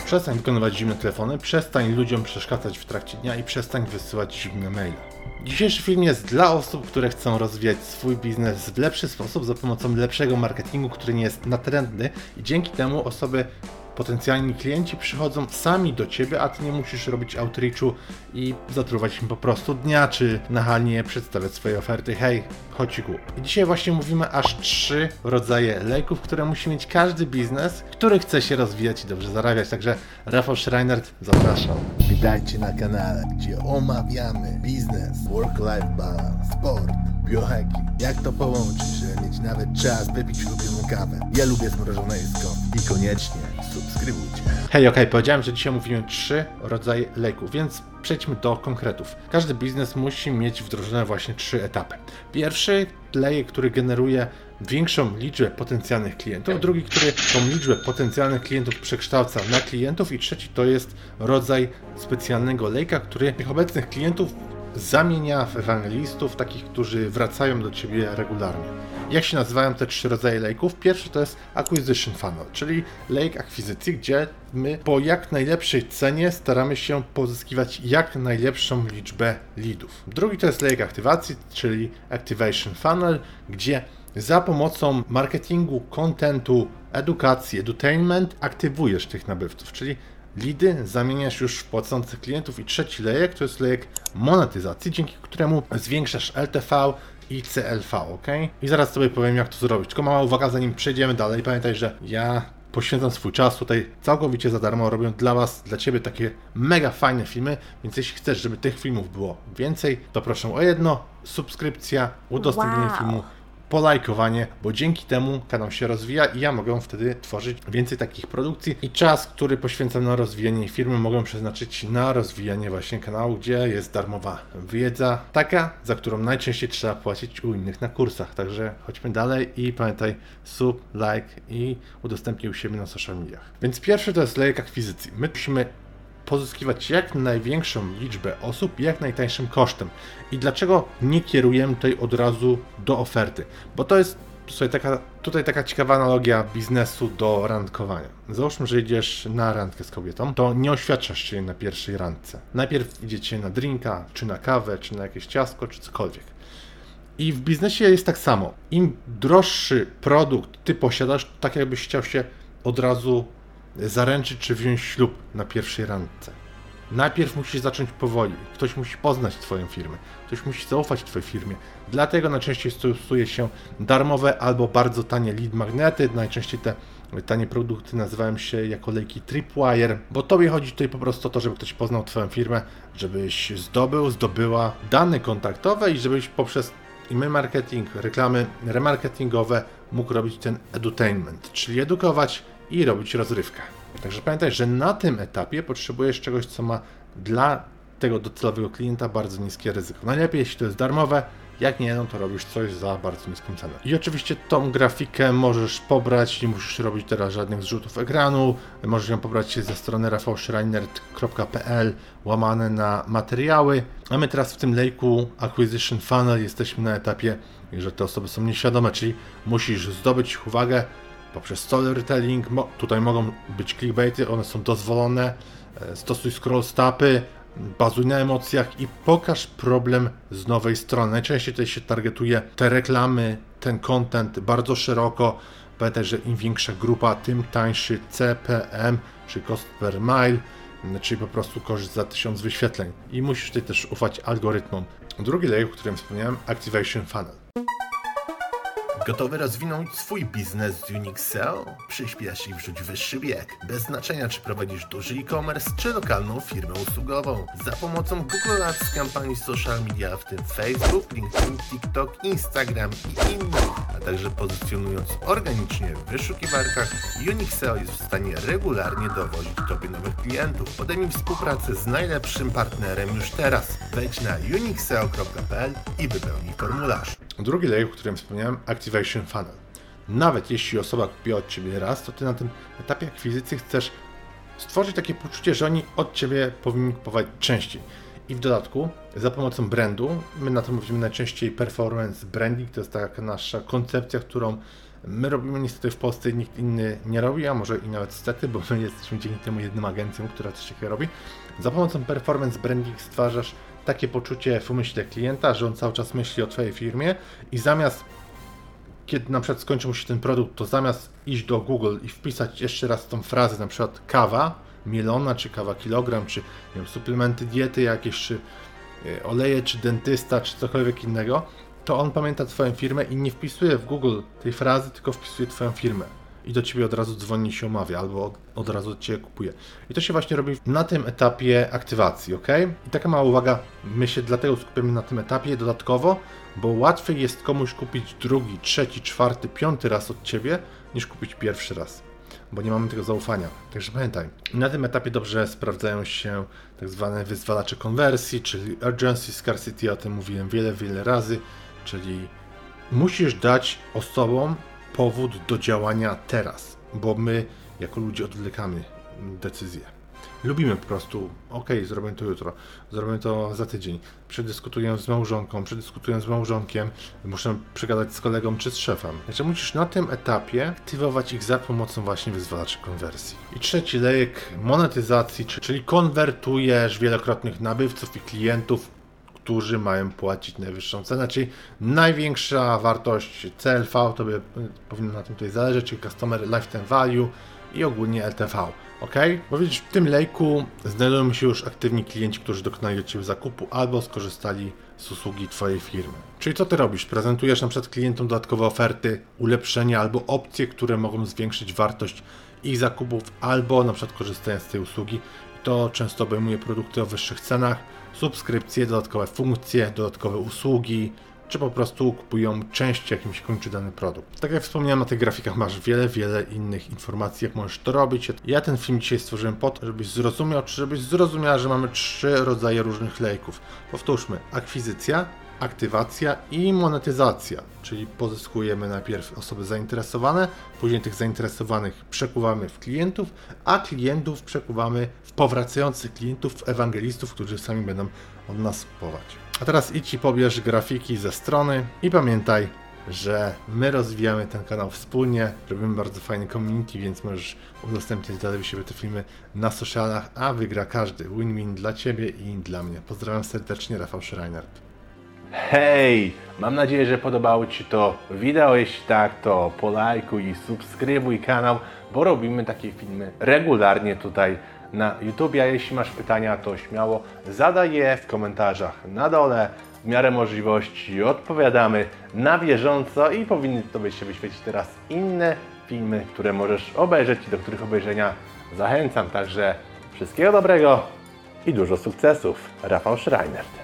Przestań wykonywać zimne telefony, przestań ludziom przeszkadzać w trakcie dnia i przestań wysyłać zimne maile. Dzisiejszy film jest dla osób, które chcą rozwijać swój biznes w lepszy sposób za pomocą lepszego marketingu, który nie jest natrętny i dzięki temu osoby, potencjalni klienci przychodzą sami do Ciebie, a Ty nie musisz robić outreachu i zatruwać im po prostu dnia, czy nachalnie przedstawiać swoje oferty. Hej, chodź tu. I dzisiaj właśnie mówimy aż 3 rodzaje lejków, które musi mieć każdy biznes, który chce się rozwijać i dobrze zarabiać. Także Rafał Schreiner, zapraszam. Witajcie na kanale, gdzie omawiamy biznes, work-life balance, sport, biohacking. Jak to połączyć, żeby mieć nawet czas wypić ulubioną kawę. Ja lubię zmrożone jedzko i koniecznie subskrybujcie. Hej, powiedziałem, że dzisiaj mówimy 3 rodzaje lejków, więc przejdźmy do konkretów. Każdy biznes musi mieć wdrożone właśnie 3 etapy. Pierwszy lejek, który generuje większą liczbę potencjalnych klientów, drugi, który tą liczbę potencjalnych klientów przekształca na klientów i trzeci to jest rodzaj specjalnego lejka, który tych obecnych klientów zamienia w ewangelistów, takich, którzy wracają do Ciebie regularnie. Jak się nazywają te 3 rodzaje lejków? Pierwszy to jest Acquisition Funnel, czyli lejek akwizycji, gdzie my po jak najlepszej cenie staramy się pozyskiwać jak najlepszą liczbę leadów. Drugi to jest lejek aktywacji, czyli Activation Funnel, gdzie za pomocą marketingu, contentu, edukacji, edutainment aktywujesz tych nabywców, czyli leady zamieniasz już w płacących klientów. I trzeci lejek to jest lejek monetyzacji, dzięki któremu zwiększasz LTV i CLV, ok? I zaraz sobie powiem, jak to zrobić. Tylko mała uwaga, zanim przejdziemy dalej. Pamiętaj, że ja poświęcam swój czas tutaj całkowicie za darmo, robię dla Was, dla Ciebie takie mega fajne filmy, więc jeśli chcesz, żeby tych filmów było więcej, to proszę o jedno, subskrypcja, udostępnienie filmu, polajkowanie, bo dzięki temu kanał się rozwija i ja mogę wtedy tworzyć więcej takich produkcji i czas, który poświęcam na rozwijanie firmy, mogę przeznaczyć na rozwijanie właśnie kanału, gdzie jest darmowa wiedza, taka, za którą najczęściej trzeba płacić u innych na kursach. Także chodźmy dalej i pamiętaj, sub, like i udostępnij u siebie na social mediach. Więc pierwszy to jest lejek akwizycji. My musimy pozyskiwać jak największą liczbę osób jak najtańszym kosztem. I dlaczego nie kierujemy tutaj od razu do oferty? Bo to jest tutaj taka ciekawa analogia biznesu do randkowania. Załóżmy, że idziesz na randkę z kobietą, to nie oświadczasz się na pierwszej randce. Najpierw idziecie na drinka, czy na kawę, czy na jakieś ciastko, czy cokolwiek. I w biznesie jest tak samo. Im droższy produkt ty posiadasz, tak jakbyś chciał się od razu zaręczyć czy wziąć ślub na pierwszej randce. Najpierw musisz zacząć powoli. Ktoś musi poznać Twoją firmę. Ktoś musi zaufać Twojej firmie. Dlatego najczęściej stosuje się darmowe albo bardzo tanie lead magnety. Najczęściej te tanie produkty nazywają się jako lejki Tripwire, bo Tobie chodzi tutaj po prostu o to, żeby ktoś poznał Twoją firmę, żebyś zdobyła dane kontaktowe i żebyś poprzez e-mail marketing, reklamy remarketingowe mógł robić ten edutainment, czyli edukować i robić rozrywkę. Także pamiętaj, że na tym etapie potrzebujesz czegoś, co ma dla tego docelowego klienta bardzo niskie ryzyko. Najlepiej, jeśli to jest darmowe, jak nie, no to robisz coś za bardzo niską cenę. I oczywiście tą grafikę możesz pobrać, nie musisz robić teraz żadnych zrzutów ekranu, możesz ją pobrać ze strony rafałschreiner.pl /materiały. A my teraz w tym lejku Acquisition Funnel jesteśmy na etapie, że te osoby są nieświadome, czyli musisz zdobyć ich uwagę poprzez storytelling. Tutaj mogą być clickbaity, one są dozwolone. Stosuj scroll stopy, bazuj na emocjach i pokaż problem z nowej strony. Najczęściej tutaj się targetuje te reklamy, ten content bardzo szeroko. Pamiętaj, że im większa grupa, tym tańszy CPM, czyli cost per mile, czyli po prostu koszt za 1000 wyświetleń. I musisz tutaj też ufać algorytmom. Drugi lejek, o którym wspomniałem, Activation Funnel. Gotowy rozwinąć swój biznes z Unix SEO? Przyspiesz i wrzuć wyższy bieg. Bez znaczenia, czy prowadzisz duży e-commerce, czy lokalną firmę usługową. Za pomocą Google Ads, kampanii social media, w tym Facebook, LinkedIn, TikTok, Instagram i innych, a także pozycjonując organicznie w wyszukiwarkach, Unix SEO jest w stanie regularnie dowozić Tobie nowych klientów. Podejmij współpracę z najlepszym partnerem już teraz. Wejdź na unixseo.pl i wypełnij formularz. Drugi lejek, o którym wspomniałem, Activation Funnel. Nawet jeśli osoba kupiła od Ciebie raz, to Ty na tym etapie akwizycji chcesz stworzyć takie poczucie, że oni od Ciebie powinni kupować częściej. I w dodatku za pomocą brandu, my na to mówimy najczęściej performance branding, to jest taka nasza koncepcja, którą My robimy niestety w Polsce i nikt inny nie robi, a może i nawet stety, bo my jesteśmy dzięki temu jedną agencją, która coś takiego robi. Za pomocą performance branding stwarzasz takie poczucie w umyśle klienta, że on cały czas myśli o Twojej firmie i zamiast, kiedy na przykład skończy mu się ten produkt, to zamiast iść do Google i wpisać jeszcze raz tą frazę, na przykład kawa mielona, czy kawa kilogram, czy nie wiem, suplementy diety jakieś, czy oleje, czy dentysta, czy cokolwiek innego, to on pamięta Twoją firmę i nie wpisuje w Google tej frazy, tylko wpisuje Twoją firmę. I do Ciebie od razu dzwoni i się umawia, albo od razu od Ciebie kupuje. I to się właśnie robi na tym etapie aktywacji, ok? I taka mała uwaga, my się dlatego skupiamy na tym etapie dodatkowo, bo łatwiej jest komuś kupić drugi, trzeci, czwarty, piąty raz od Ciebie, niż kupić pierwszy raz, bo nie mamy tego zaufania. Także pamiętaj, na tym etapie dobrze sprawdzają się tak zwane wyzwalacze konwersji, czyli urgency, scarcity, o tym mówiłem wiele razy, czyli musisz dać osobom powód do działania teraz, bo my jako ludzie odwlekamy decyzję. Lubimy po prostu, zrobię to jutro, zrobię to za tydzień, przedyskutuję z małżonką, przedyskutuję z małżonkiem, muszę przegadać z kolegą czy z szefem. Także musisz na tym etapie aktywować ich za pomocą właśnie wyzwalaczy konwersji. I trzeci lejek monetyzacji, czyli konwertujesz wielokrotnych nabywców i klientów, którzy mają płacić najwyższą cenę, czyli największa wartość CLV, to powinno na tym tutaj zależeć, czyli Customer Lifetime Value i ogólnie LTV, ok? Bo widzisz, w tym lejku znajdują się już aktywni klienci, którzy dokonali od Ciebie zakupu albo skorzystali z usługi Twojej firmy. Czyli co Ty robisz? Prezentujesz na przykład klientom dodatkowe oferty, ulepszenia albo opcje, które mogą zwiększyć wartość ich zakupów albo na przykład korzystając z tej usługi. To często obejmuje produkty o wyższych cenach, subskrypcje, dodatkowe funkcje, dodatkowe usługi, czy po prostu kupują części, jak im się kończy dany produkt. Tak jak wspomniałem, na tych grafikach masz wiele innych informacji, jak możesz to robić. Ja ten film dzisiaj stworzyłem po to, żebyś zrozumiał, czy żebyś zrozumiała, że mamy 3 rodzaje różnych lejków. Powtórzmy, akwizycja, aktywacja i monetyzacja, czyli pozyskujemy najpierw osoby zainteresowane, później tych zainteresowanych przekuwamy w klientów, a klientów przekuwamy w powracających klientów, w ewangelistów, którzy sami będą od nas kupować. A teraz idź i pobierz grafiki ze strony i pamiętaj, że my rozwijamy ten kanał wspólnie, robimy bardzo fajny community, więc możesz udostępniać dalej siebie te filmy na socialach, a wygra każdy. Win-win dla Ciebie i dla mnie. Pozdrawiam serdecznie, Rafał Schreiner. Hej! Mam nadzieję, że podobało Ci to wideo. Jeśli tak, to polajkuj i subskrybuj kanał, bo robimy takie filmy regularnie tutaj na YouTube. A jeśli masz pytania, to śmiało zadaj je w komentarzach na dole. W miarę możliwości odpowiadamy na bieżąco i powinny Tobie się wyświecić teraz inne filmy, które możesz obejrzeć i do których obejrzenia zachęcam. Także wszystkiego dobrego i dużo sukcesów. Rafał Schreiner.